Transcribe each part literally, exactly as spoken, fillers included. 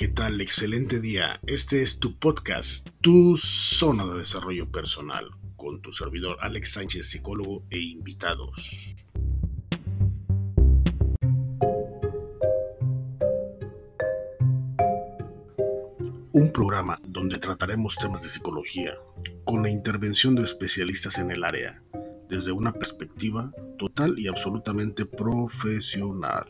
¿qué tal? Excelente día. Este es tu podcast, tu zona de desarrollo personal, con tu servidor Alex Sánchez, psicólogo e invitados. Un programa donde trataremos temas de psicología con la intervención de especialistas en el área, desde una perspectiva total y absolutamente profesional.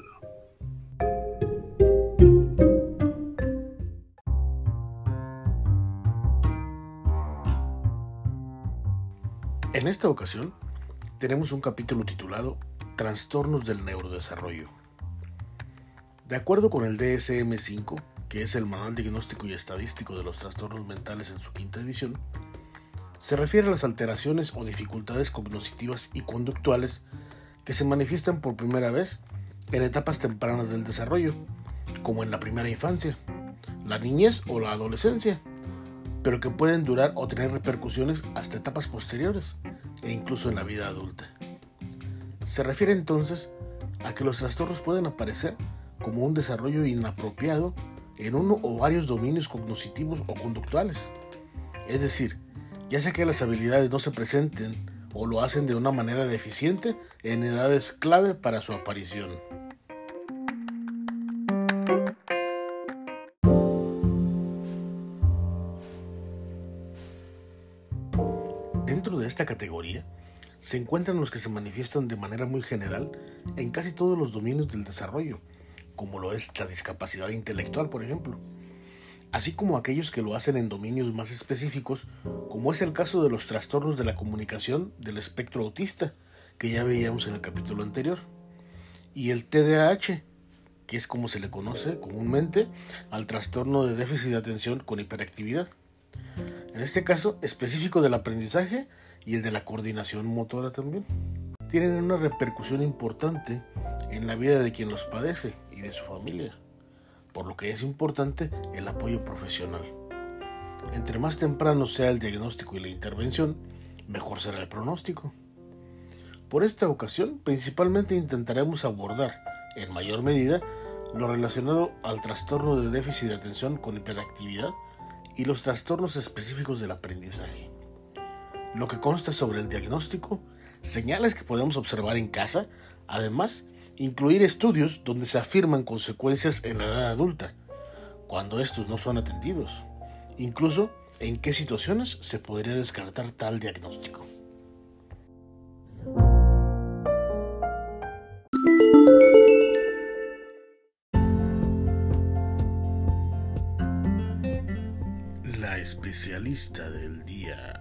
En esta ocasión tenemos un capítulo titulado Trastornos del neurodesarrollo. De acuerdo con el D S M cinco, que es el Manual Diagnóstico y Estadístico de los Trastornos Mentales en su quinta edición, se refiere a las alteraciones o dificultades cognitivas y conductuales que se manifiestan por primera vez en etapas tempranas del desarrollo, como en la primera infancia, la niñez o la adolescencia, pero que pueden durar o tener repercusiones hasta etapas posteriores e incluso en la vida adulta. Se refiere entonces a que los trastornos pueden aparecer como un desarrollo inapropiado en uno o varios dominios cognitivos o conductuales. Es decir, ya sea que las habilidades no se presenten o lo hacen de una manera deficiente en edades clave para su aparición. Dentro de esta categoría se encuentran los que se manifiestan de manera muy general en casi todos los dominios del desarrollo, como lo es la discapacidad intelectual, por ejemplo, así como aquellos que lo hacen en dominios más específicos, como es el caso de los trastornos de la comunicación del espectro autista, que ya veíamos en el capítulo anterior, y el T D A H, que es como se le conoce comúnmente al trastorno de déficit de atención con hiperactividad. En este caso, específico del aprendizaje y el de la coordinación motora también. Tienen una repercusión importante en la vida de quien los padece y de su familia, por lo que es importante el apoyo profesional. Entre más temprano sea el diagnóstico y la intervención, mejor será el pronóstico. Por esta ocasión, principalmente intentaremos abordar, en mayor medida, lo relacionado al trastorno de déficit de atención con hiperactividad y los trastornos específicos del aprendizaje. Lo que consta sobre el diagnóstico, señales que podemos observar en casa, además, incluir estudios donde se afirman consecuencias en la edad adulta, cuando estos no son atendidos, incluso en qué situaciones se podría descartar tal diagnóstico. La especialista del día.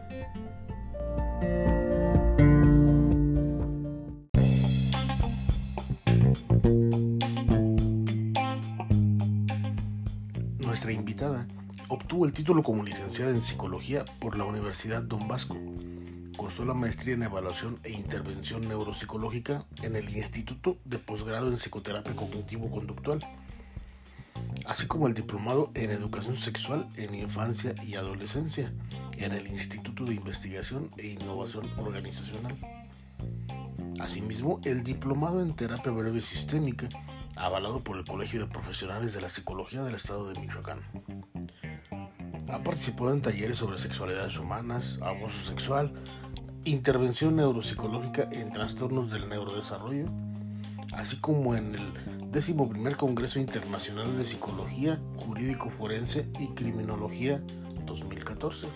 Nuestra invitada obtuvo el título como licenciada en Psicología por la Universidad Don Bosco. Cursó la maestría en Evaluación e Intervención Neuropsicológica en el Instituto de Posgrado en Psicoterapia Cognitivo-Conductual, así como el diplomado en Educación Sexual en Infancia y Adolescencia en el Instituto de Investigación e Innovación Organizacional. Asimismo, el diplomado en Terapia Breve Sistémica, avalado por el Colegio de Profesionales de la Psicología del Estado de Michoacán. Ha participado en talleres sobre sexualidades humanas, abuso sexual, intervención neuropsicológica en trastornos del neurodesarrollo, así como en el décimo primer Congreso Internacional de Psicología, Jurídico Forense y Criminología dos mil catorce.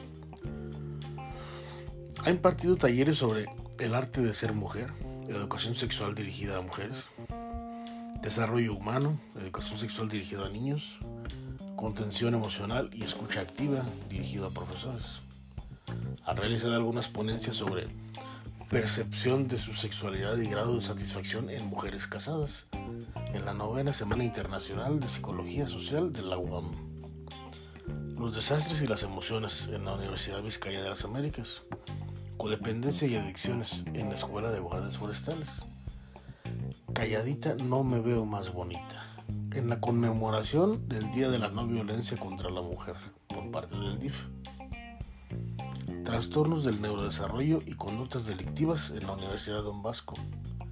Ha impartido talleres sobre el arte de ser mujer, educación sexual dirigida a mujeres, desarrollo humano, educación sexual dirigida a niños, contención emocional y escucha activa dirigido a profesores. Ha realizado algunas ponencias sobre percepción de su sexualidad y grado de satisfacción en mujeres casadas en la novena Semana Internacional de Psicología Social de la U A M. Los desastres y las emociones en la Universidad Vizcaya de las Américas. Codependencia y adicciones en la Escuela de Guardias Forestales. Calladita no me veo más bonita, en la conmemoración del Día de la No Violencia contra la Mujer por parte del D I F. Trastornos del neurodesarrollo y conductas delictivas en la Universidad Don Bosco.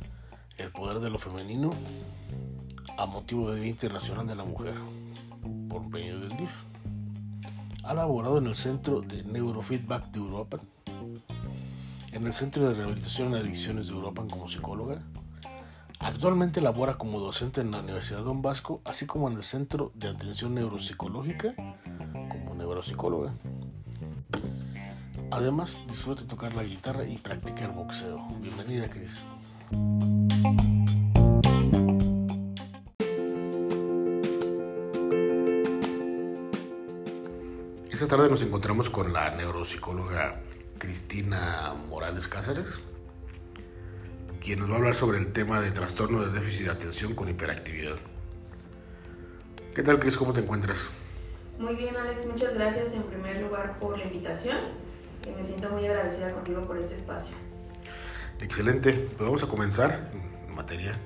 El poder de lo femenino a motivo del Día Internacional de la Mujer por medio del D I F. Ha laborado en el Centro de Neurofeedback de Europa, en el Centro de Rehabilitación en Adicciones de Europa como psicóloga. Actualmente labora como docente en la Universidad Don Bosco, así como en el Centro de Atención Neuropsicológica como neuropsicóloga. Además, disfruta tocar la guitarra y practicar boxeo. Bienvenida, Cris. Esta tarde nos encontramos con la neuropsicóloga Cristina Morales Cáceres, quien nos va a hablar sobre el tema de trastorno de déficit de atención con hiperactividad. ¿Qué tal, Cris? ¿Cómo te encuentras? Muy bien, Alex. Muchas gracias en primer lugar por la invitación, que me siento muy agradecida contigo por este espacio. Excelente. Pues vamos a comenzar en materia.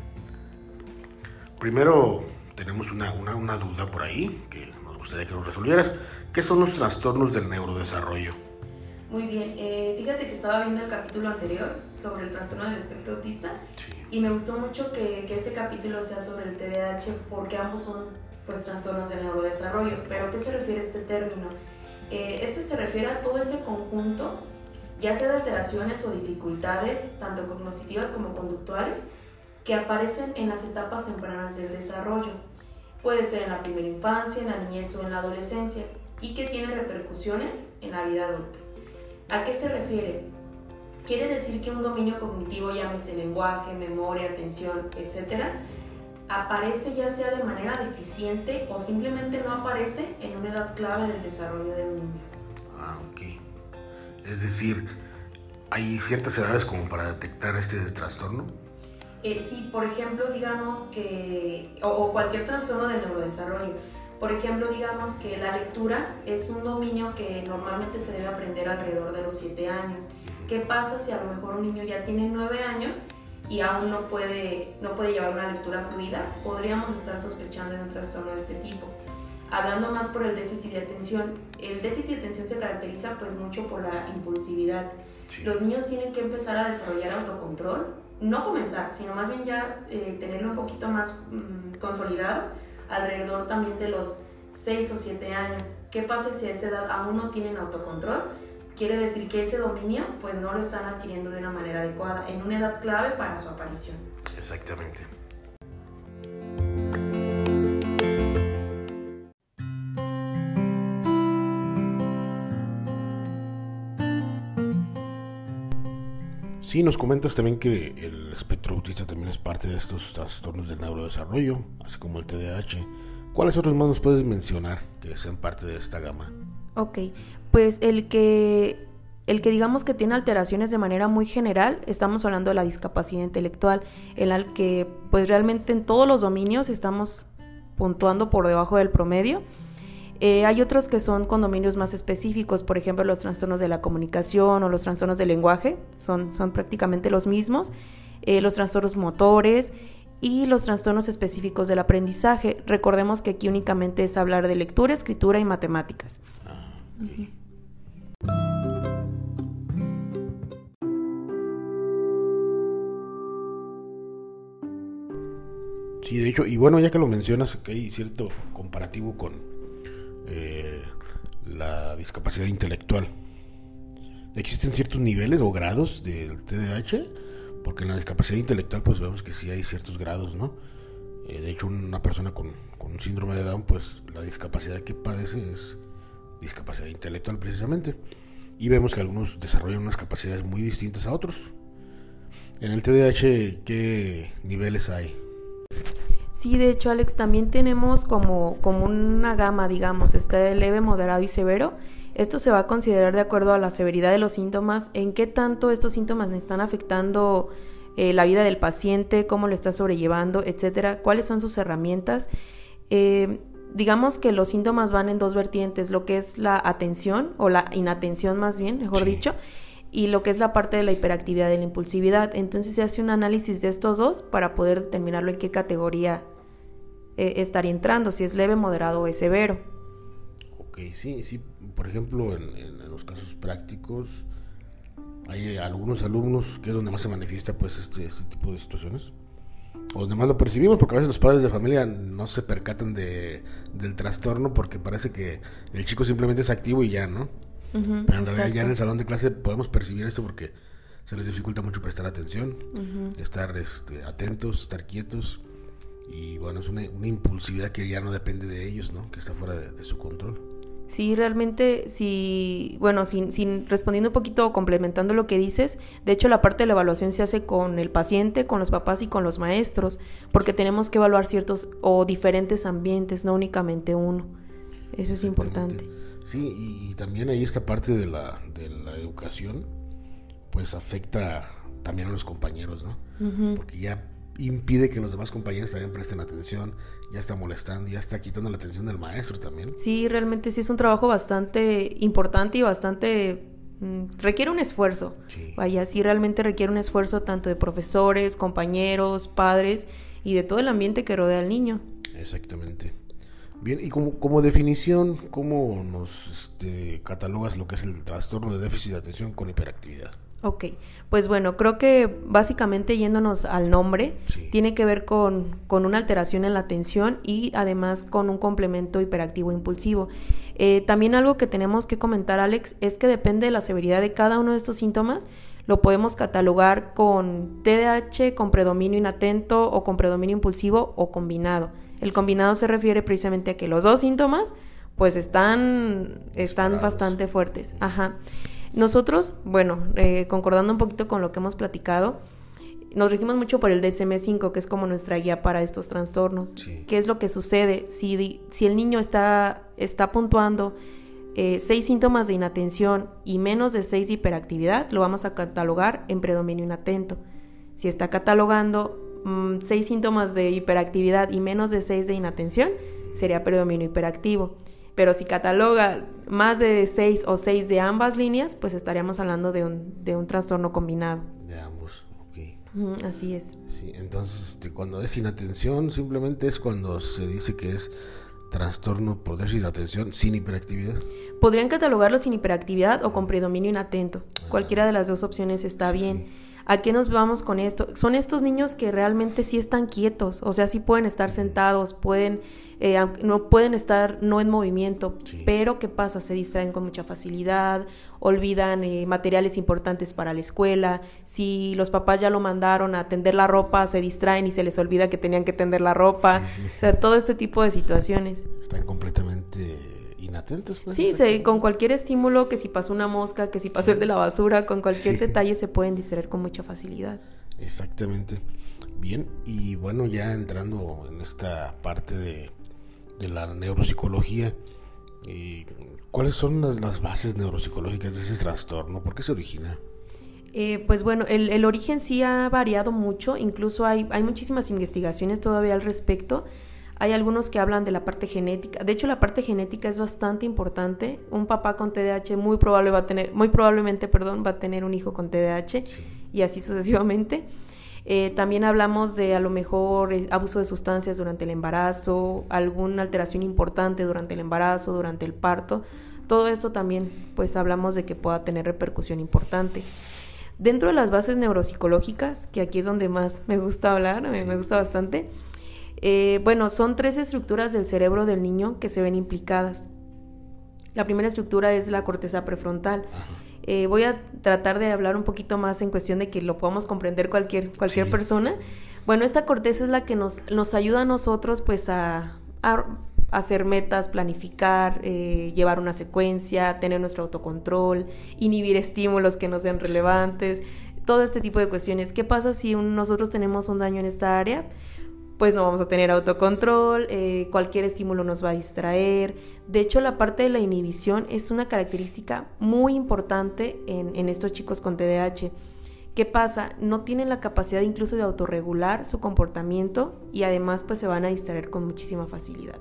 Primero tenemos una, una, una duda por ahí que nos gustaría que nos resolvieras. ¿Qué son los trastornos del neurodesarrollo? Muy bien, eh, fíjate que estaba viendo el capítulo anterior sobre el trastorno del espectro autista. Sí. Y me gustó mucho que, que este capítulo sea sobre el T D A H porque ambos son pues trastornos del neurodesarrollo. ¿Pero a qué se refiere este término? Eh, este se refiere a todo ese conjunto, ya sea de alteraciones o dificultades, tanto cognitivas como conductuales, que aparecen en las etapas tempranas del desarrollo. Puede ser en la primera infancia, en la niñez o en la adolescencia, y que tiene repercusiones en la vida adulta. ¿A qué se refiere? Quiere decir que un dominio cognitivo, llámese lenguaje, memoria, atención, etcétera, aparece ya sea de manera deficiente o simplemente no aparece en una edad clave del desarrollo del niño. Ah, ok. Es decir, ¿hay ciertas edades como para detectar este trastorno? Eh, sí, por ejemplo, digamos que, o, o cualquier trastorno del neurodesarrollo. Por ejemplo, digamos que la lectura es un dominio que normalmente se debe aprender alrededor de los siete años. ¿Qué pasa si a lo mejor un niño ya tiene nueve años y aún no puede, no puede llevar una lectura fluida? Podríamos estar sospechando de un trastorno de este tipo. Hablando más por el déficit de atención, el déficit de atención se caracteriza pues mucho por la impulsividad. Sí. Los niños tienen que empezar a desarrollar autocontrol, no comenzar, sino más bien ya eh, tenerlo un poquito más mmm, consolidado, alrededor también de los seis o siete años. ¿Qué pasa si a esa edad aún no tienen autocontrol? Quiere decir que ese dominio pues no lo están adquiriendo de una manera adecuada, en una edad clave para su aparición. Exactamente. Sí, nos comentas también que el espectro autista también es parte de estos trastornos del neurodesarrollo, así como el T D A H. ¿Cuáles otros más nos puedes mencionar que sean parte de esta gama? Ok, pues el que, el que digamos que tiene alteraciones de manera muy general, estamos hablando de la discapacidad intelectual, en la que pues realmente en todos los dominios estamos puntuando por debajo del promedio. Eh, hay otros que son con dominios más específicos, por ejemplo los trastornos de la comunicación o los trastornos del lenguaje, son, son prácticamente los mismos, eh, los trastornos motores y los trastornos específicos del aprendizaje. Recordemos que aquí únicamente es hablar de lectura, escritura y matemáticas. Ah, okay. Sí, de hecho, y bueno, ya que lo mencionas, que hay cierto comparativo con Eh, la discapacidad intelectual. ¿Existen ciertos niveles o grados del T D A H? Porque en la discapacidad intelectual pues vemos que sí hay ciertos grados, ¿no? Eh, de hecho, una persona con, con un síndrome de Down, pues la discapacidad que padece es discapacidad intelectual precisamente. Y vemos que algunos desarrollan unas capacidades muy distintas a otros. En el T D A H, ¿qué niveles hay? Sí, de hecho, Alex, también tenemos como, como una gama, digamos, está el leve, moderado y severo. Esto se va a considerar de acuerdo a la severidad de los síntomas, en qué tanto estos síntomas están afectando eh, la vida del paciente, cómo lo está sobrellevando, etcétera, cuáles son sus herramientas. Eh, digamos que los síntomas van en dos vertientes, lo que es la atención o la inatención más bien, mejor sí. dicho, y lo que es la parte de la hiperactividad y la impulsividad. Entonces se hace un análisis de estos dos para poder determinarlo en qué categoría eh, estaría entrando, si es leve, moderado o es severo. Ok, sí, sí. Por ejemplo, en, en, en los casos prácticos hay algunos alumnos que es donde más se manifiesta pues este, este tipo de situaciones. o además lo percibimos, porque a veces los padres de familia no se percatan de, del trastorno porque parece que el chico simplemente es activo y ya, ¿no? Uh-huh, pero en realidad ya en el salón de clase podemos percibir esto porque se les dificulta mucho prestar atención, uh-huh. estar este, atentos, estar quietos, y bueno, es una, una impulsividad que ya no depende de ellos, ¿no? Que está fuera de, de su control. Sí, realmente, sí, bueno, sin, sin respondiendo un poquito, complementando lo que dices, de hecho la parte de la evaluación se hace con el paciente, con los papás y con los maestros, porque tenemos que evaluar ciertos o diferentes ambientes, no únicamente uno. Eso es importante. Sí, y, y también ahí esta parte de la, de la educación, pues afecta también a los compañeros, ¿no? Uh-huh. Porque ya impide que los demás compañeros también presten atención, ya está molestando, ya está quitando la atención del maestro también. Sí, realmente sí es un trabajo bastante importante y bastante... Mmm, requiere un esfuerzo. Sí. Vaya, sí realmente requiere un esfuerzo tanto de profesores, compañeros, padres y de todo el ambiente que rodea al niño. Exactamente. Bien, y como, como definición, ¿cómo nos este, catalogas lo que es el trastorno de déficit de atención con hiperactividad? Ok, pues bueno, creo que básicamente yéndonos al nombre, sí. tiene que ver con, con una alteración en la atención y además con un complemento hiperactivo impulsivo. Eh, también algo que tenemos que comentar, Alex, es que depende de la severidad de cada uno de estos síntomas, lo podemos catalogar con T D A H, con predominio inatento o con predominio impulsivo o combinado. El combinado se refiere precisamente a que los dos síntomas pues están, están bastante fuertes. Ajá. Nosotros, bueno, eh, concordando un poquito con lo que hemos platicado, nos regimos mucho por el D S M cinco, que es como nuestra guía para estos trastornos. Sí. ¿Qué es lo que sucede? Si, si el niño está, está puntuando eh, seis síntomas de inatención y menos de seis de hiperactividad, lo vamos a catalogar en predominio inatento. Si está catalogando mmm, seis síntomas de hiperactividad y menos de seis de inatención, sería predominio hiperactivo. Pero si cataloga más de seis o seis de ambas líneas, pues estaríamos hablando de un, de un trastorno combinado. De ambos, ok. Mm, así es. Sí, entonces este, cuando es inatención, simplemente es cuando se dice que es trastorno por déficit de atención sin hiperactividad. Podrían catalogarlo sin hiperactividad o con predominio inatento. Ah, Cualquiera de las dos opciones está sí, bien. Sí. ¿A qué nos vamos con esto? Son estos niños que realmente sí están quietos, o sea, sí pueden estar sentados, pueden, eh, no pueden estar no en movimiento, sí. Pero ¿qué pasa? Se distraen con mucha facilidad, olvidan eh, materiales importantes para la escuela, si los papás ya lo mandaron a tender la ropa, se distraen y se les olvida que tenían que tender la ropa, sí, sí, sí. O sea, todo este tipo de situaciones. Están completamente... inatentos, pues. Sí, se, con cualquier estímulo, que si pasó una mosca, que si pasó sí. el de la basura, con cualquier sí. detalle se pueden distraer con mucha facilidad. Exactamente. Bien, y bueno, ya entrando en esta parte de, de la neuropsicología, eh, ¿cuáles son las, las bases neuropsicológicas de ese trastorno? ¿Por qué se origina? Eh, pues bueno, el, el origen sí ha variado mucho, incluso hay, hay muchísimas investigaciones todavía al respecto. Hay algunos que hablan de la parte genética. De hecho, la parte genética es bastante importante. Un papá con T D A H muy probable va a tener, muy probablemente, perdón, va a tener un hijo con T D A H sí. y así sucesivamente. Eh, también hablamos de a lo mejor eh, abuso de sustancias durante el embarazo, alguna alteración importante durante el embarazo, durante el parto. Todo esto también, pues, hablamos de que pueda tener repercusión importante. Dentro de las bases neuropsicológicas, que aquí es donde más me gusta hablar, sí. me, me gusta bastante. Eh, bueno, son tres estructuras del cerebro del niño que se ven implicadas. La primera estructura es la corteza prefrontal. Eh, voy a tratar de hablar un poquito más en cuestión de que lo podamos comprender cualquier, cualquier sí. persona. Bueno, esta corteza es la que nos, nos ayuda a nosotros pues a, a hacer metas, planificar, eh, llevar una secuencia, tener nuestro autocontrol, inhibir estímulos que no sean relevantes, todo este tipo de cuestiones. ¿Qué pasa si un, nosotros tenemos un daño en esta área? Pues no vamos a tener autocontrol, eh, cualquier estímulo nos va a distraer. De hecho, la parte de la inhibición es una característica muy importante en, en estos chicos con T D A H. ¿Qué pasa? No tienen la capacidad incluso de autorregular su comportamiento y además pues se van a distraer con muchísima facilidad.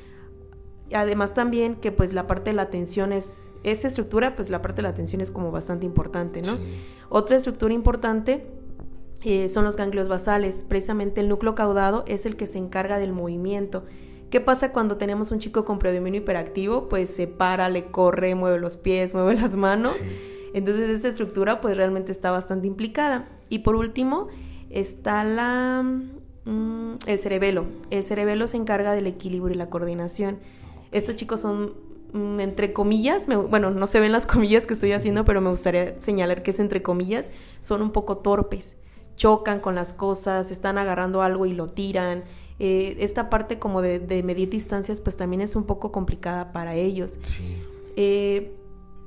Además también que pues la parte de la atención es, esa estructura, pues la parte de la atención es como bastante importante, ¿no? Sí. Otra estructura importante Eh, son los ganglios basales. Precisamente el núcleo caudado es el que se encarga del movimiento. ¿Qué pasa cuando tenemos un chico con predominio hiperactivo? Pues se para, le corre, mueve los pies, mueve las manos. Sí. Entonces esta estructura pues realmente está bastante implicada. Y por último está la, Mm, el cerebelo. El cerebelo se encarga del equilibrio y la coordinación. Estos chicos son, mm, entre comillas, me, bueno, no se ven las comillas que estoy haciendo, pero me gustaría señalar que es entre comillas, son un poco torpes. Chocan con las cosas, están agarrando algo y lo tiran. Eh, esta parte como de, de medir distancias, pues también es un poco complicada para ellos. Sí. Eh,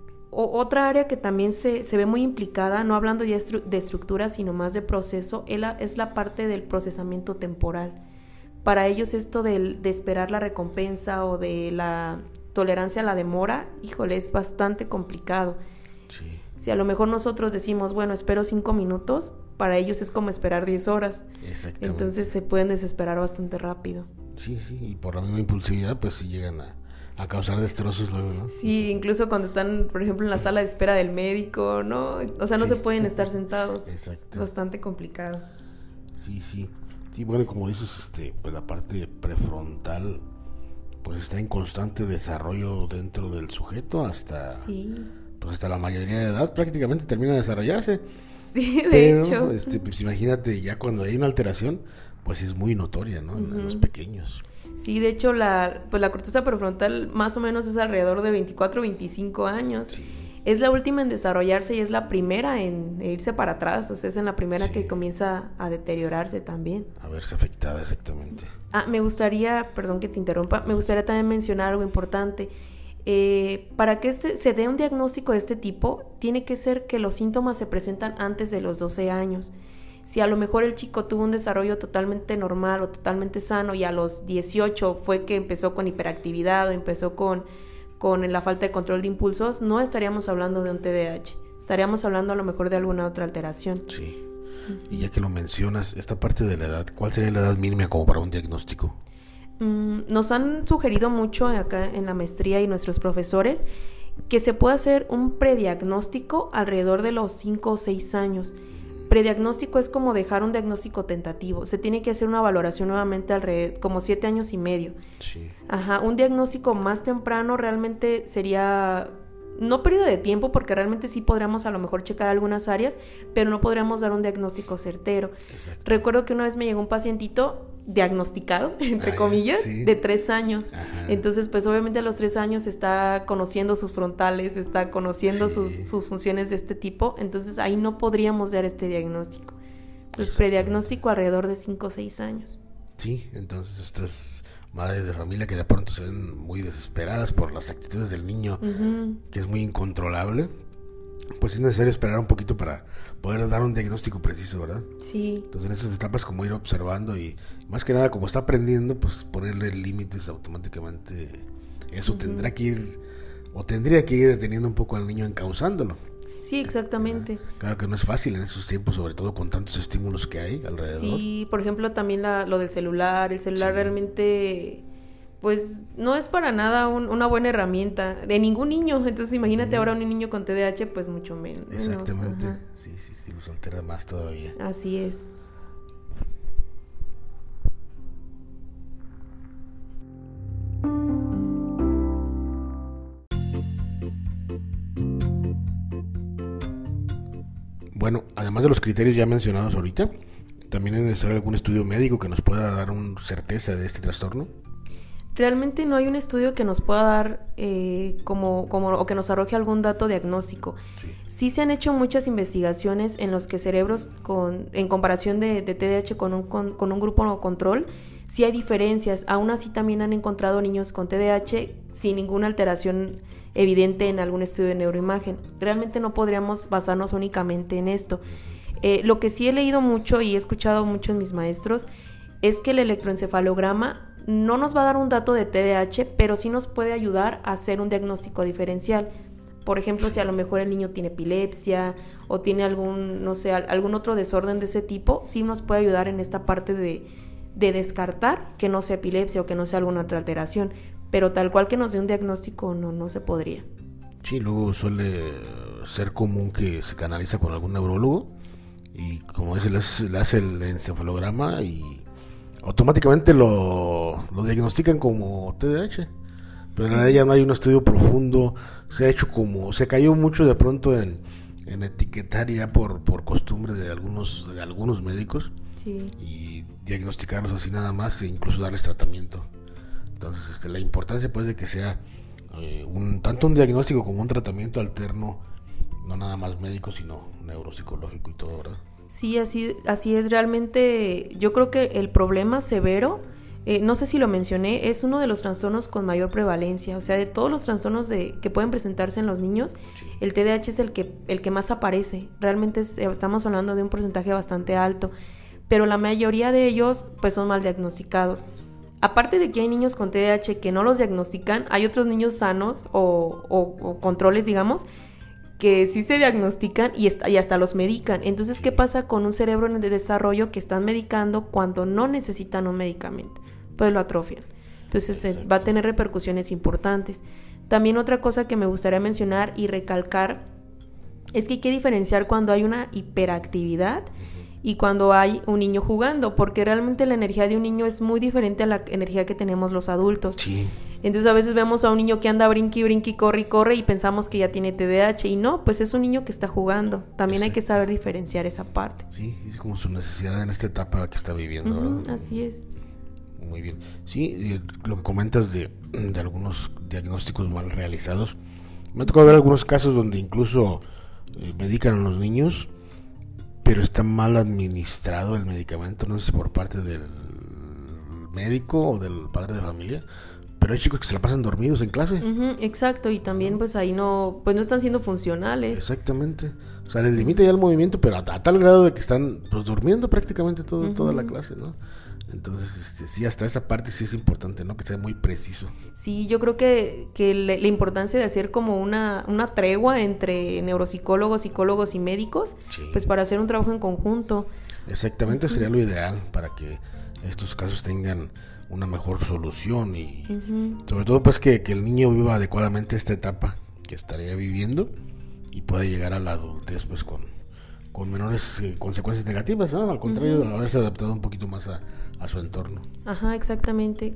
o, otra área que también se, se ve muy implicada, no hablando ya estru- de estructura, sino más de proceso, es la, es la parte del procesamiento temporal. Para ellos esto del, de esperar la recompensa o de la tolerancia a la demora, híjole, es bastante complicado. Sí. Si a lo mejor nosotros decimos, bueno, espero cinco minutos, para ellos es como esperar diez horas. Exactamente. Entonces se pueden desesperar bastante rápido. Sí, sí, y por la misma impulsividad, pues sí llegan a, a causar destrozos luego, ¿no? Sí, incluso cuando están, por ejemplo, en la sala de espera del médico, ¿no? O sea, no Sí. se pueden estar sentados. Exacto. Es bastante complicado. Sí, sí. Sí, bueno, como dices, este, pues la parte prefrontal, pues está en constante desarrollo dentro del sujeto hasta, Sí. pues hasta la mayoría de edad prácticamente termina de desarrollarse. Sí, de Pero, hecho. este, pues imagínate, ya cuando hay una alteración, pues es muy notoria, ¿no? En, uh-huh. en los pequeños. Sí, de hecho, la, pues la corteza prefrontal más o menos es alrededor de veinticuatro, veinticinco años. Sí. Es la última en desarrollarse y es la primera en irse para atrás. O sea, es en la primera Sí. que comienza a deteriorarse también. A verse afectada, exactamente. Ah, me gustaría, perdón que te interrumpa, me gustaría también mencionar algo importante. Eh, para que este, se dé un diagnóstico de este tipo, tiene que ser que los síntomas se presentan antes de los doce años. Si a lo mejor el chico tuvo un desarrollo totalmente normal o totalmente sano y a los dieciocho fue que empezó con hiperactividad o empezó con, con la falta de control de impulsos, no estaríamos hablando de un T D A H. Estaríamos hablando a lo mejor de alguna otra alteración. Sí. Y ya que lo mencionas, esta parte de la edad, ¿cuál sería la edad mínima como para un diagnóstico? Mm, nos han sugerido mucho acá en la maestría y nuestros profesores que se puede hacer un prediagnóstico alrededor de los cinco o seis años. Prediagnóstico es como dejar un diagnóstico tentativo. Se tiene que hacer una valoración nuevamente alrededor, como siete años y medio. Sí. Ajá, un diagnóstico más temprano realmente sería... No pérdida de tiempo, porque realmente sí podríamos a lo mejor checar algunas áreas, pero no podríamos dar un diagnóstico certero. Exacto. Recuerdo que una vez me llegó un pacientito diagnosticado, entre ah, comillas, sí. de tres años. Ajá. Entonces, pues obviamente a los tres años está conociendo sus frontales, está conociendo Sí. sus, sus funciones de este tipo. Entonces, ahí no podríamos dar este diagnóstico. Entonces, prediagnóstico alrededor de cinco o seis años. Sí, entonces estas madres de familia que de pronto se ven muy desesperadas por las actitudes del niño, Uh-huh. que es muy incontrolable, pues es necesario esperar un poquito para poder dar un diagnóstico preciso, ¿verdad? Sí. Entonces en esas etapas como ir observando y más que nada como está aprendiendo, pues ponerle límites automáticamente. Eso uh-huh. tendrá que ir o tendría que ir deteniendo un poco al niño, encauzándolo. Sí, exactamente. Eh, claro que no es fácil en esos tiempos, sobre todo con tantos estímulos que hay alrededor. Sí, por ejemplo, también la, lo del celular. El celular sí. realmente, pues, no es para nada un, una buena herramienta de ningún niño. Entonces, imagínate uh-huh. ahora un niño con T D A H, pues mucho menos. Exactamente. Ajá. Sí, sí, sí, los altera más todavía. Así es. Bueno, además de los criterios ya mencionados ahorita, ¿también es necesario algún estudio médico que nos pueda dar una certeza de este trastorno? Realmente no hay un estudio que nos pueda dar eh, como, como o que nos arroje algún dato diagnóstico. Sí. sí se han hecho muchas investigaciones en los que cerebros, con, en comparación de, de T D A H con un, con, con un grupo no control, sí hay diferencias. Aún así también han encontrado niños con T D A H sin ninguna alteración evidente en algún estudio de neuroimagen. Realmente no podríamos basarnos únicamente en esto. Eh, lo que sí he leído mucho y he escuchado mucho en mis maestros es que el electroencefalograma no nos va a dar un dato de T D A H, pero sí nos puede ayudar a hacer un diagnóstico diferencial. Por ejemplo, si a lo mejor el niño tiene epilepsia o tiene algún, no sé, algún otro desorden de ese tipo, sí nos puede ayudar en esta parte de, de descartar que no sea epilepsia o que no sea alguna otra alteración. Pero tal cual que nos dé un diagnóstico, no, no se podría. Sí, luego suele ser común que se canaliza con algún neurólogo y como dice, le hace, le hace el encefalograma y automáticamente lo, lo diagnostican como T D A H. Pero en realidad ya no hay un estudio profundo, se ha hecho como, se cayó mucho de pronto en, en etiquetar ya por, por costumbre de algunos, de algunos médicos. Sí. Y diagnosticarlos así nada más e incluso darles tratamiento. Entonces, este, la importancia pues de que sea eh, un tanto un diagnóstico como un tratamiento alterno, no nada más médico, sino neuropsicológico y todo, ¿verdad? Sí, así, así es realmente. Yo creo que el problema severo, eh, no sé si lo mencioné, es uno de los trastornos con mayor prevalencia. O sea, de todos los trastornos de, que pueden presentarse en los niños, sí. El T D A H es el que, el que más aparece. Realmente es, estamos hablando de un porcentaje bastante alto, pero la mayoría de ellos pues son mal diagnosticados. Aparte de que hay niños con T D A H que no los diagnostican, hay otros niños sanos o, o, o controles, digamos, que sí se diagnostican y, est- y hasta los medican. Entonces, ¿qué pasa con un cerebro en desarrollo que están medicando cuando no necesitan un medicamento? Pues lo atrofian. Entonces, eh, va a tener repercusiones importantes. También otra cosa que me gustaría mencionar y recalcar es que hay que diferenciar cuando hay una hiperactividad y cuando hay un niño jugando, porque realmente la energía de un niño es muy diferente a la energía que tenemos los adultos. Sí. Entonces a veces vemos a un niño que anda brinqui, brinqui, corre y corre y pensamos que ya tiene T D A H y no, pues es un niño que está jugando. También Exacto. Hay que saber diferenciar esa parte. Sí, es como su necesidad en esta etapa que está viviendo, uh-huh, ¿verdad? Así es. Muy bien. Sí, eh, lo que comentas de, de algunos diagnósticos mal realizados. Me ha tocado ver algunos casos donde incluso eh, medican a los niños, pero está mal administrado el medicamento, no sé si por parte del médico o del padre de familia. Pero hay chicos que se la pasan dormidos en clase. Uh-huh, exacto, y también pues ahí no, pues no están siendo funcionales. Exactamente. O sea, les limita ya el movimiento, pero a, a tal grado de que están pues durmiendo prácticamente todo, uh-huh. toda la clase, ¿no? Entonces, este, sí, hasta esa parte sí es importante, ¿no? Que sea muy preciso. Sí, yo creo que, que le, la importancia de hacer como una, una tregua entre neuropsicólogos, psicólogos y médicos, sí. Pues para hacer un trabajo en conjunto. Exactamente, uh-huh. Sería lo ideal para que estos casos tengan una mejor solución y uh-huh. sobre todo pues que, que el niño viva adecuadamente esta etapa que estaría viviendo y pueda llegar a la adultez pues con, con menores eh, consecuencias negativas, ¿no? Al contrario, uh-huh. haberse adaptado un poquito más a, a su entorno. Ajá, exactamente.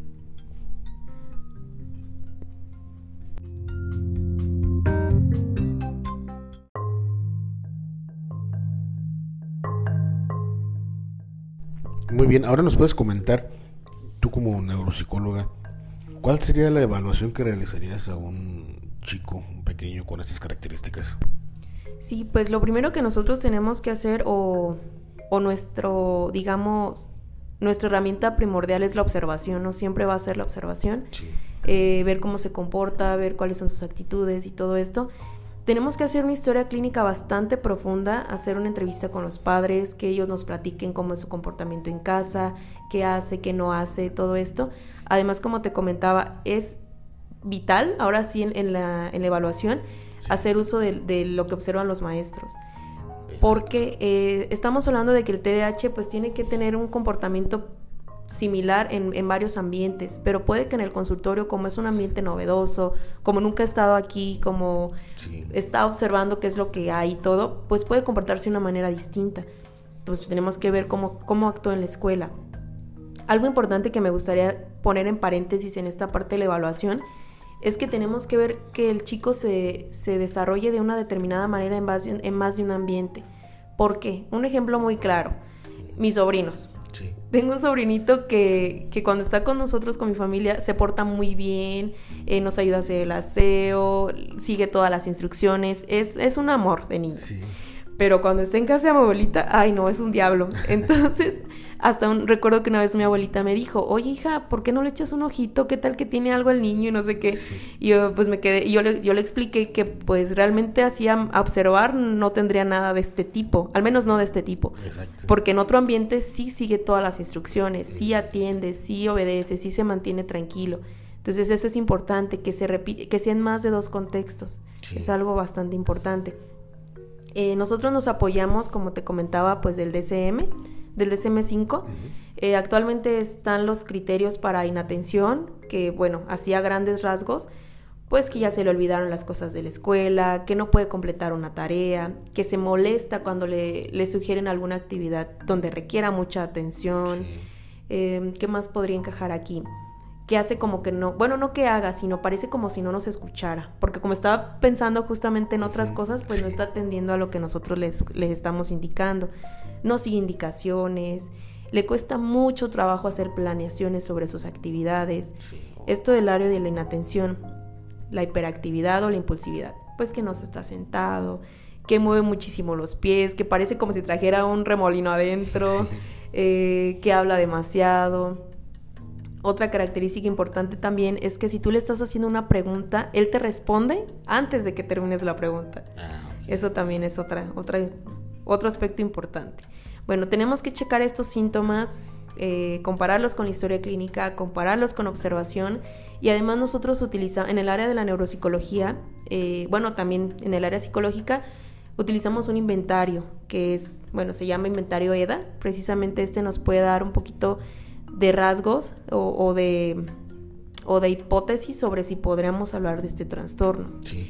Muy bien, ahora nos puedes comentar, tú como neuropsicóloga, ¿cuál sería la evaluación que realizarías a un chico, un pequeño con estas características? Sí, pues lo primero que nosotros tenemos que hacer o, o nuestro, digamos, nuestra herramienta primordial es la observación, ¿no? Siempre va a ser la observación, sí. eh, ver cómo se comporta, ver cuáles son sus actitudes y todo esto. Tenemos que hacer una historia clínica bastante profunda, hacer una entrevista con los padres, que ellos nos platiquen cómo es su comportamiento en casa, qué hace, qué no hace, todo esto. Además, como te comentaba, es vital, ahora sí en, en, la, en la evaluación, sí. hacer uso de, de lo que observan los maestros. Porque eh, estamos hablando de que el T D A H pues tiene que tener un comportamiento similar en, en varios ambientes, pero puede que en el consultorio, como es un ambiente novedoso, como nunca ha estado aquí, como sí. está observando qué es lo que hay y todo, pues puede comportarse de una manera distinta. Pues tenemos que ver cómo, cómo actúa en la escuela. Algo importante que me gustaría poner en paréntesis en esta parte de la evaluación es que tenemos que ver que el chico se, se desarrolle de una determinada manera en, base, en más de un ambiente. ¿Por qué? Un ejemplo muy claro, mis sobrinos. Sí. Tengo un sobrinito que, que cuando está con nosotros, con mi familia, se porta muy bien, eh, nos ayuda a hacer el aseo, sigue todas las instrucciones, es, es un amor de niño. Sí. Pero cuando está en casa de mi abuelita, ay no, es un diablo. Entonces, hasta un, recuerdo que una vez mi abuelita me dijo, oye hija, ¿por qué no le echas un ojito? ¿Qué tal que tiene algo el niño? Y no sé qué. Sí. Y yo pues me quedé, y yo le, yo le expliqué que pues realmente así a, a observar no tendría nada de este tipo, al menos no de este tipo. Exacto. Porque en otro ambiente sí sigue todas las instrucciones, sí atiende, sí obedece, sí se mantiene tranquilo. Entonces eso es importante, que se repite, que sea en más de dos contextos. Sí. Es algo bastante importante. Eh, nosotros nos apoyamos, como te comentaba, pues del D C M, del D C M cinco. Uh-huh. Eh, actualmente están los criterios para inatención, que bueno, así a grandes rasgos, pues que ya se le olvidaron las cosas de la escuela, que no puede completar una tarea, que se molesta cuando le, le sugieren alguna actividad donde requiera mucha atención. Sí. Eh, ¿qué más podría encajar aquí? que hace como que no, bueno, no que haga, sino parece como si no nos escuchara, porque como estaba pensando justamente en otras cosas, pues sí. no está atendiendo a lo que nosotros les, les estamos indicando, no sigue indicaciones, le cuesta mucho trabajo hacer planeaciones sobre sus actividades, sí. Esto del área de la inatención, la hiperactividad o la impulsividad, pues que no se está sentado, que mueve muchísimo los pies, que parece como si trajera un remolino adentro, sí. eh, que habla demasiado. Otra característica importante también es que si tú le estás haciendo una pregunta, él te responde antes de que termines la pregunta. Ah, okay. Eso también es otra, otra, otro aspecto importante. Bueno, tenemos que checar estos síntomas, eh, compararlos con la historia clínica, compararlos con observación, y además nosotros utilizamos, en el área de la neuropsicología, eh, bueno, también en el área psicológica, utilizamos un inventario que es, bueno, se llama inventario E D A. Precisamente este nos puede dar un poquito de rasgos o, o de o de hipótesis sobre si podríamos hablar de este trastorno. Sí.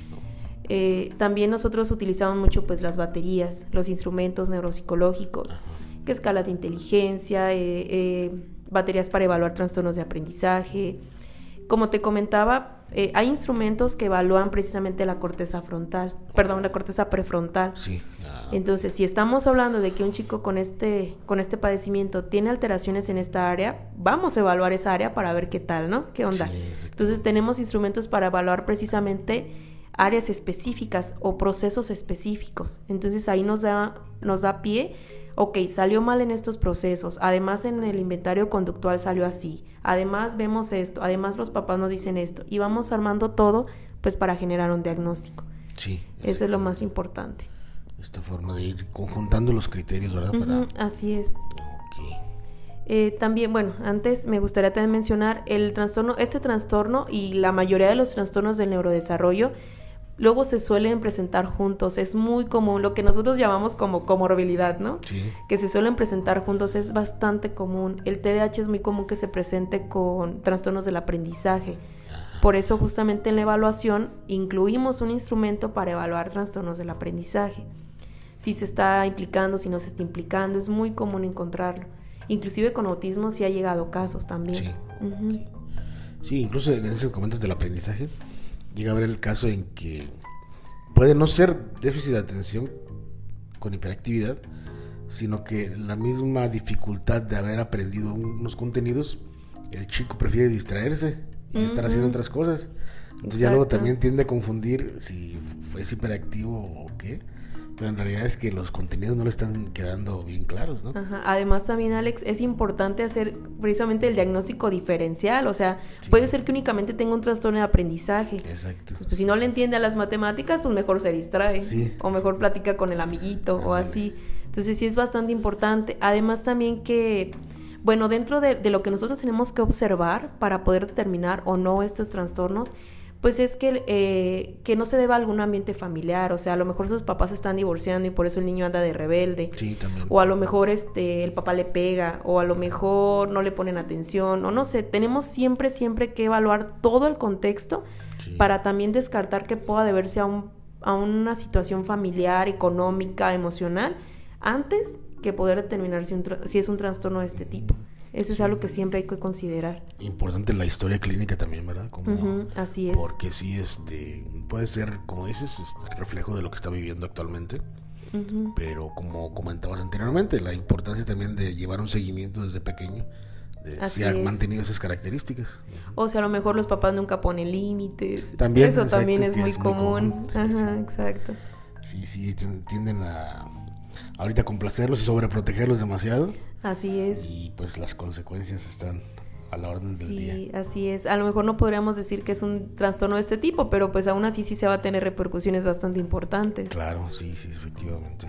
Eh, también nosotros utilizamos mucho pues las baterías, los instrumentos neuropsicológicos, ajá. que escalas de inteligencia, eh, eh, baterías para evaluar trastornos de aprendizaje. Como te comentaba, eh, hay instrumentos que evalúan precisamente la corteza frontal, perdón, la corteza prefrontal. Sí. Ah. Entonces, si estamos hablando de que un chico con este, con este padecimiento tiene alteraciones en esta área, vamos a evaluar esa área para ver qué tal, ¿no? ¿Qué onda? Sí, entonces, tenemos instrumentos para evaluar precisamente áreas específicas o procesos específicos. Entonces, ahí nos da, nos da pie. Ok, salió mal en estos procesos, además en el inventario conductual salió así, además vemos esto, además los papás nos dicen esto, y vamos armando todo pues para generar un diagnóstico. Sí. Eso es lo más importante. Esta forma de ir conjuntando los criterios, ¿verdad? Uh-huh, para... Así es. Ok. Eh, también, bueno, antes me gustaría también mencionar el trastorno, este trastorno y la mayoría de los trastornos del neurodesarrollo luego se suelen presentar juntos, es muy común, lo que nosotros llamamos como comorbilidad, ¿no? Sí. Que se suelen presentar juntos, es bastante común. El T D A H es muy común que se presente con trastornos del aprendizaje. Ajá. Por eso justamente en la evaluación incluimos un instrumento para evaluar trastornos del aprendizaje. Si se está implicando, si no se está implicando, es muy común encontrarlo. Inclusive con autismo sí ha llegado casos también. Sí, uh-huh. sí. sí incluso en esos comentas del aprendizaje, llega a haber el caso en que puede no ser déficit de atención con hiperactividad, sino que la misma dificultad de haber aprendido unos contenidos, el chico prefiere distraerse y uh-huh. estar haciendo otras cosas. Entonces Exacto. ya luego también tiende a confundir si fue hiperactivo o qué, pero en realidad es que los contenidos no le están quedando bien claros, ¿no? Ajá. Además también, Alex, es importante hacer precisamente el diagnóstico diferencial, o sea, sí. puede ser que únicamente tenga un trastorno de aprendizaje. Exacto. Entonces, pues si no le entiende a las matemáticas, pues mejor se distrae, sí. o mejor platica con el amiguito, ah, o así. Entonces sí es bastante importante. Además también que, bueno, dentro de, de lo que nosotros tenemos que observar para poder determinar o no estos trastornos, pues es que, eh, que no se deba a algún ambiente familiar, o sea, a lo mejor sus papás se están divorciando y por eso el niño anda de rebelde, sí, también. O a lo mejor este, el papá le pega, o a lo mejor no le ponen atención, o no sé, tenemos siempre, siempre que evaluar todo el contexto sí. para también descartar que pueda deberse a, un, a una situación familiar, económica, emocional, antes que poder determinar si, un tra- si es un trastorno de este tipo. Eso es algo que siempre hay que considerar. Importante la historia clínica también, ¿verdad? Como, uh-huh, así es. Porque sí, este, puede ser, como dices, este, reflejo de lo que está viviendo actualmente. Uh-huh. Pero como comentabas anteriormente, la importancia también de llevar un seguimiento desde pequeño, de así si han es. mantenido esas características. Uh-huh. O sea, a lo mejor los papás nunca ponen límites. También, Eso exacto, también es muy es común. Muy común. Sí, Ajá, sí. exacto. Sí, sí, tienden a ahorita complacerlos y sobreprotegerlos demasiado. Así es. Y pues las consecuencias están a la orden sí, del día. Sí, así es. A lo mejor no podríamos decir que es un trastorno de este tipo, pero pues aún así sí se va a tener repercusiones bastante importantes. Claro, sí, sí, efectivamente.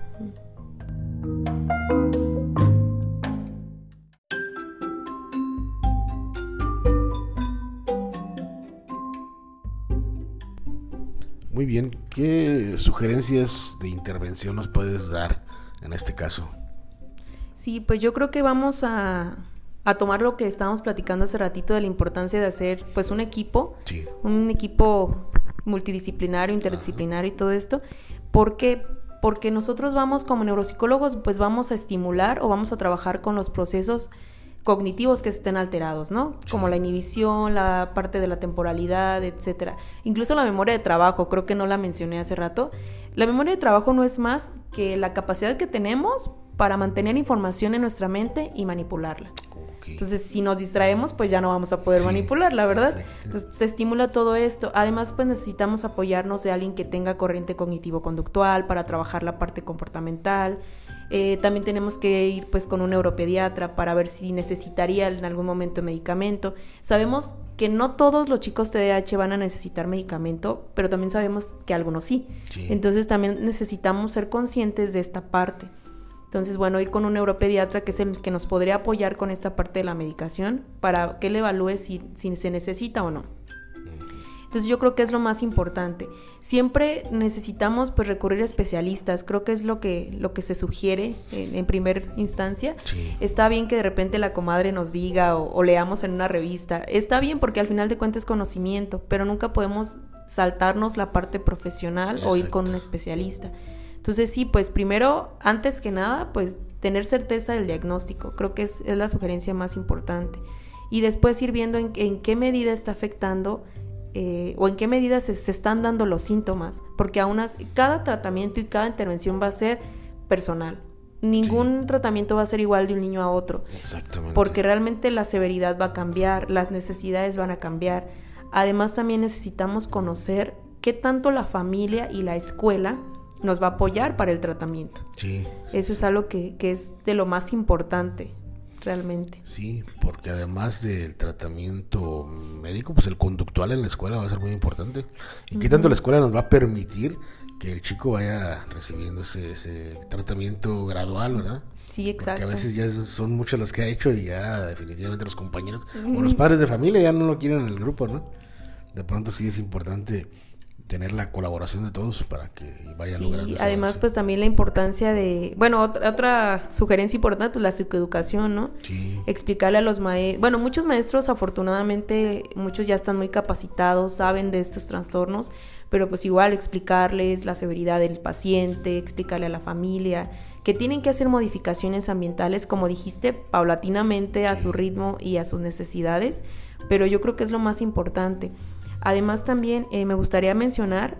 Muy bien, ¿qué sugerencias de intervención nos puedes dar en este caso? Sí, pues yo creo que vamos a, a tomar lo que estábamos platicando hace ratito de la importancia de hacer pues un equipo, sí. un equipo multidisciplinario, interdisciplinario Ajá. y todo esto, porque porque nosotros vamos como neuropsicólogos, pues vamos a estimular o vamos a trabajar con los procesos cognitivos que estén alterados, ¿no? Sí. Como la inhibición, la parte de la temporalidad, etcétera. Incluso la memoria de trabajo, creo que no la mencioné hace rato. La memoria de trabajo no es más que la capacidad que tenemos para mantener información en nuestra mente y manipularla. Okay. Entonces, si nos distraemos, pues ya no vamos a poder sí, manipularla, ¿verdad? Exacto. Entonces, se estimula todo esto. Además, pues necesitamos apoyarnos de alguien que tenga corriente cognitivo-conductual para trabajar la parte comportamental. Eh, también tenemos que ir pues con un neuropediatra para ver si necesitaría en algún momento medicamento. Sabemos que no todos los chicos T D A H van a necesitar medicamento, pero también sabemos que algunos sí. sí. Entonces también necesitamos ser conscientes de esta parte. Entonces, bueno, ir con un neuropediatra que es el que nos podría apoyar con esta parte de la medicación para que él evalúe si, si se necesita o no. Entonces yo creo que es lo más importante. Siempre necesitamos pues recurrir a especialistas, creo que es lo que, lo que se sugiere en, en primera instancia. Sí. Está bien que de repente la comadre nos diga o, o leamos en una revista, está bien porque al final de cuentas es conocimiento, pero nunca podemos saltarnos la parte profesional. Exacto. O ir con un especialista. Entonces sí, pues primero, antes que nada, pues tener certeza del diagnóstico, creo que es, es la sugerencia más importante. Y después ir viendo en, en qué medida está afectando Eh, o en qué medida se, se están dando los síntomas, porque aún así, cada tratamiento y cada intervención va a ser personal. Ningún sí. tratamiento va a ser igual de un niño a otro. Exactamente. Porque realmente la severidad va a cambiar, las necesidades van a cambiar. Además, también necesitamos conocer qué tanto la familia y la escuela nos va a apoyar para el tratamiento. Sí. Eso es algo que, que es de lo más importante. Realmente. Sí, porque además del tratamiento médico, pues el conductual en la escuela va a ser muy importante. ¿Y qué tanto la escuela nos va a permitir que el chico vaya recibiendo ese, ese tratamiento gradual, verdad? Sí, exacto. Porque a veces ya son muchas las que ha hecho y ya definitivamente los compañeros uh-huh. o los padres de familia ya no lo quieren en el grupo, ¿no? De pronto sí es importante tener la colaboración de todos para que vaya sí, logrando. Sí, además pues también la importancia de, bueno, otra, otra sugerencia importante, pues la psicoeducación, ¿no? Sí. Explicarle a los maestros, bueno, muchos maestros afortunadamente, muchos ya están muy capacitados, saben de estos trastornos, pero pues igual explicarles la severidad del paciente, explicarle a la familia, que tienen que hacer modificaciones ambientales, como dijiste, paulatinamente a sí. su ritmo y a sus necesidades, pero yo creo que es lo más importante. Además también eh, me gustaría mencionar,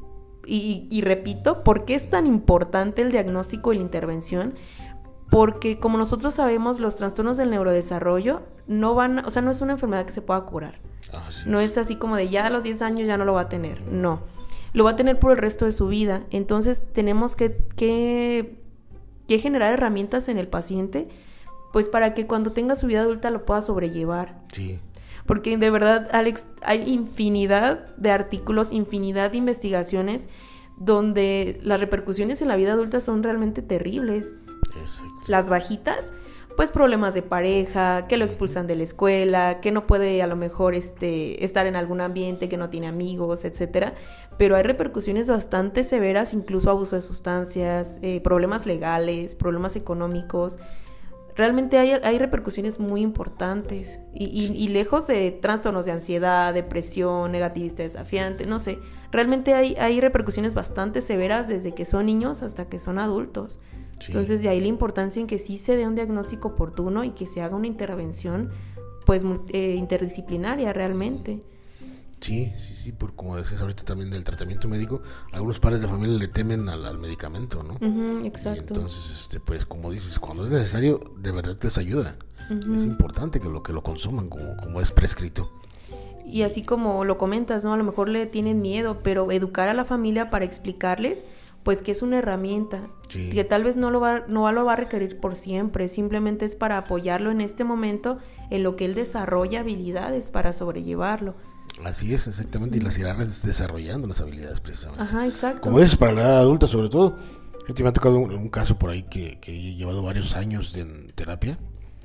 y, y, y repito, ¿por qué es tan importante el diagnóstico y la intervención? Porque como nosotros sabemos, los trastornos del neurodesarrollo no van, o sea, no es una enfermedad que se pueda curar. Ah, sí. No es así como de ya a los diez años ya no lo va a tener, no. Lo va a tener por el resto de su vida. Entonces tenemos que, que, que generar herramientas en el paciente, pues para que cuando tenga su vida adulta lo pueda sobrellevar. Sí. Porque de verdad, Alex, hay infinidad de artículos, infinidad de investigaciones donde las repercusiones en la vida adulta son realmente terribles. Exacto. Las bajitas, pues problemas de pareja, que lo expulsan de la escuela, que no puede a lo mejor este, estar en algún ambiente, que no tiene amigos, etcétera. Pero hay repercusiones bastante severas, incluso abuso de sustancias, eh, problemas legales, problemas económicos. Realmente hay, hay repercusiones muy importantes y, y, y lejos de trastornos de ansiedad, depresión, negativista desafiante, no sé, realmente hay, hay repercusiones bastante severas desde que son niños hasta que son adultos. Sí. Entonces de ahí la importancia en que sí se dé un diagnóstico oportuno y que se haga una intervención pues eh, interdisciplinaria realmente. Sí, sí, sí, por como decías ahorita también del tratamiento médico, algunos padres de familia le temen al, al medicamento, ¿no? Uh-huh, exacto. Y entonces, este, pues como dices, cuando es necesario, de verdad les ayuda. Uh-huh. Es importante que lo que lo consuman como, como es prescrito. Y así como lo comentas, ¿no? A lo mejor le tienen miedo, pero educar a la familia para explicarles, pues que es una herramienta, sí. que tal vez no lo va, no lo va a requerir por siempre, simplemente es para apoyarlo en este momento en lo que él desarrolla habilidades para sobrellevarlo. Así es, exactamente, y las irán desarrollando las habilidades precisamente. Ajá, exacto. Como dices, para la edad adulta sobre todo. Fíjate, me ha tocado un, un caso por ahí que, que he llevado varios años de en terapia.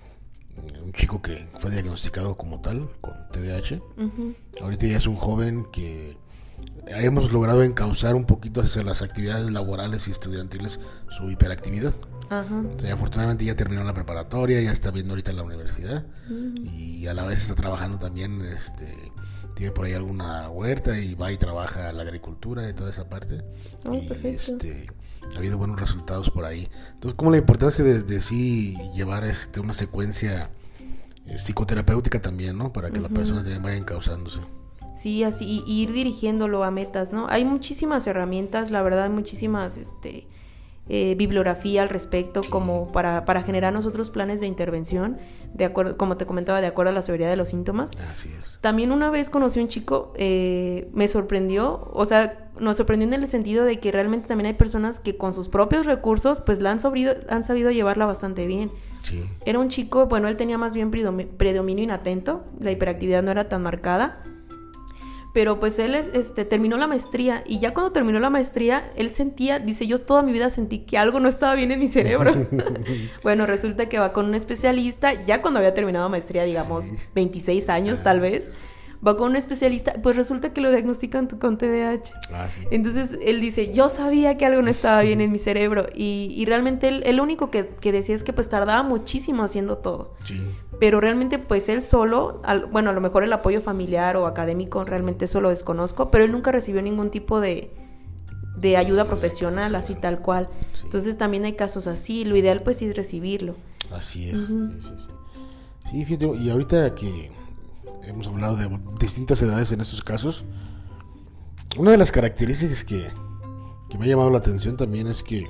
Un chico que fue diagnosticado como tal, con T D A H. Uh-huh. Ahorita ya es un joven que hemos logrado encauzar un poquito hacia las actividades laborales y estudiantiles su hiperactividad. Uh-huh. O sea, afortunadamente ya terminó la preparatoria, ya está viendo ahorita la universidad. Uh-huh. Y a la vez está trabajando también, este... tiene por ahí alguna huerta y va y trabaja la agricultura y toda esa parte. Oh, y perfecto. este ha habido buenos resultados por ahí. Entonces, como la importancia de, de sí llevar este una secuencia eh, psicoterapéutica también, ¿no? Para que uh-huh. la persona también vaya encauzándose. Sí, así, y ir dirigiéndolo a metas, ¿no? Hay muchísimas herramientas, la verdad, muchísimas este, eh, bibliografía al respecto, sí. como para, para generar nosotros planes de intervención, de acuerdo, como te comentaba, de acuerdo a la severidad de los síntomas. Así es. También una vez conocí a un chico, eh, me sorprendió, o sea, nos sorprendió en el sentido de que realmente también hay personas que con sus propios recursos, pues la han, sobrido, han sabido llevarla bastante bien. Sí. Era un chico, bueno, él tenía más bien predominio inatento, la hiperactividad no era tan marcada, pero pues él este, terminó la maestría, y ya cuando terminó la maestría, él sentía, dice, yo toda mi vida sentí que algo no estaba bien en mi cerebro. Bueno, resulta que va con un especialista, ya cuando había terminado maestría, digamos, sí. veintiséis años ah. tal vez, va con un especialista, pues resulta que lo diagnostican con T D A H. Ah, sí. Entonces él dice, yo sabía que algo no estaba bien en mi cerebro, y, y realmente él, él lo único que, que decía es que pues tardaba muchísimo haciendo todo. Sí. Pero realmente pues él solo, al, bueno, a lo mejor el apoyo familiar o académico, realmente eso lo desconozco, pero él nunca recibió ningún tipo de, de ayuda profesional, así tal cual. Sí. Entonces también hay casos así, lo ideal pues sí es recibirlo. Así es. Uh-huh. Sí, sí, sí. Sí, fíjate, y ahorita que hemos hablado de distintas edades en estos casos, una de las características que, que me ha llamado la atención también es que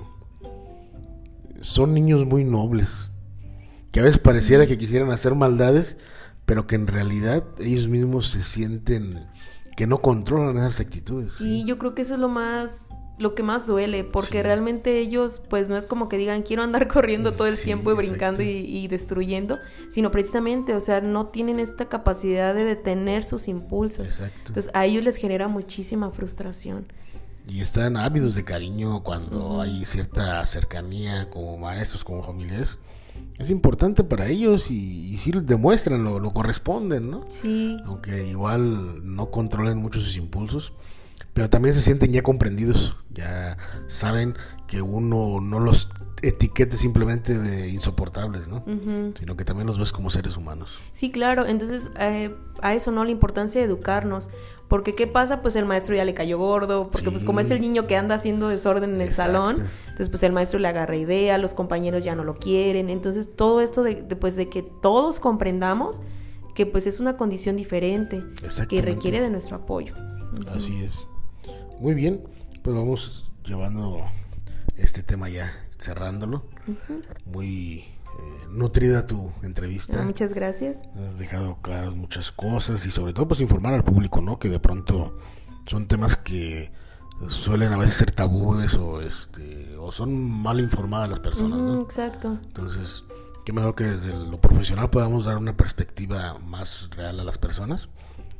son niños muy nobles, que a veces pareciera que quisieran hacer maldades, pero que en realidad ellos mismos se sienten que no controlan esas actitudes. Sí, ¿sí? Yo creo que eso es lo más, lo que más duele, porque sí. realmente ellos, pues no es como que digan quiero andar corriendo todo el sí, tiempo y brincando y, y destruyendo, sino precisamente, o sea, no tienen esta capacidad de detener sus impulsos. Exacto. Entonces a ellos les genera muchísima frustración. Y están ávidos de cariño cuando uh-huh. hay cierta cercanía como maestros, como familiares. Es importante para ellos y, y sí demuestran, lo, lo corresponden, ¿no? Sí. Aunque igual no controlen mucho sus impulsos, pero también se sienten ya comprendidos, ya saben que uno no los etiquete simplemente de insoportables, ¿no? Uh-huh. Sino que también los ves como seres humanos. Sí, claro, entonces eh, a eso, ¿no? La importancia de educarnos, porque ¿qué pasa? Pues el maestro ya le cayó gordo, porque sí. pues como es el niño que anda haciendo desorden en el Exacto. salón, entonces pues el maestro le agarra idea, los compañeros ya no lo quieren, entonces todo esto de, de, pues, de que todos comprendamos que pues es una condición diferente, que requiere de nuestro apoyo. Uh-huh. Así es. Muy bien, pues vamos llevando este tema ya, cerrándolo. Uh-huh. Muy eh, nutrida tu entrevista. Ah, muchas gracias. Has dejado claras muchas cosas y sobre todo pues informar al público, ¿no? Que de pronto son temas que suelen a veces ser tabúes o este o son mal informadas las personas, uh-huh, ¿no? Exacto. Entonces, qué mejor que desde lo profesional podamos dar una perspectiva más real a las personas.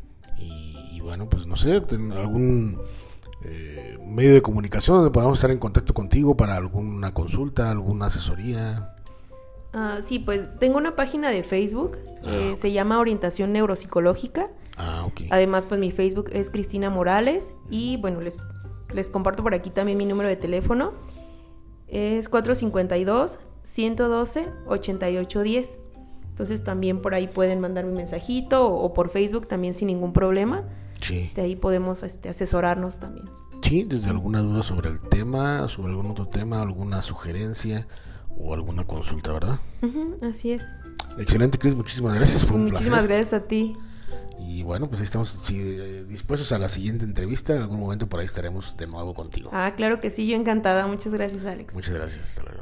Y, y bueno, pues no sé, algún Eh, medio de comunicación donde podamos estar en contacto contigo para alguna consulta, alguna asesoría. Uh, sí, pues tengo una página de Facebook, ah, eh, okay. se llama Orientación Neuropsicológica. Ah, ok. Además, pues mi Facebook es Cristina Morales y bueno, les, les comparto por aquí también mi número de teléfono. Es cuatro cinco dos, uno uno dos, ocho ocho uno cero. Entonces también por ahí pueden mandarme un mensajito o, o por Facebook también sin ningún problema. Sí. Este, ahí podemos este, asesorarnos también. Sí, desde alguna duda sobre el tema, sobre algún otro tema, alguna sugerencia o alguna consulta, ¿verdad? Uh-huh, así es. Excelente, Cris, muchísimas gracias. Fue un muchísimas placer. gracias a ti. Y bueno, pues ahí estamos sí, dispuestos a la siguiente entrevista. En algún momento por ahí estaremos de nuevo contigo. Ah, claro que sí, yo encantada. Muchas gracias, Alex. Muchas gracias, hasta luego.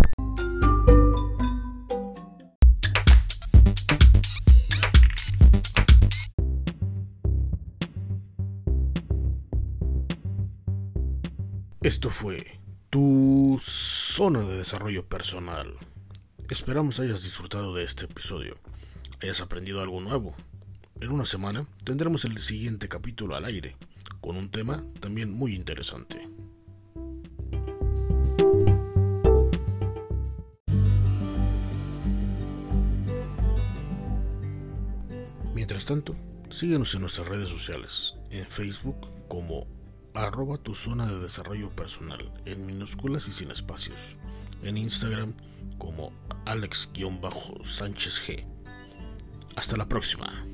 Esto fue tu zona de desarrollo personal. Esperamos hayas disfrutado de este episodio, hayas aprendido algo nuevo. En una semana tendremos el siguiente capítulo al aire, con un tema también muy interesante. Mientras tanto, síguenos en nuestras redes sociales, en Facebook como arroba tu zona de desarrollo personal, en minúsculas y sin espacios, en Instagram como Alex-Sánchez G. Hasta la próxima.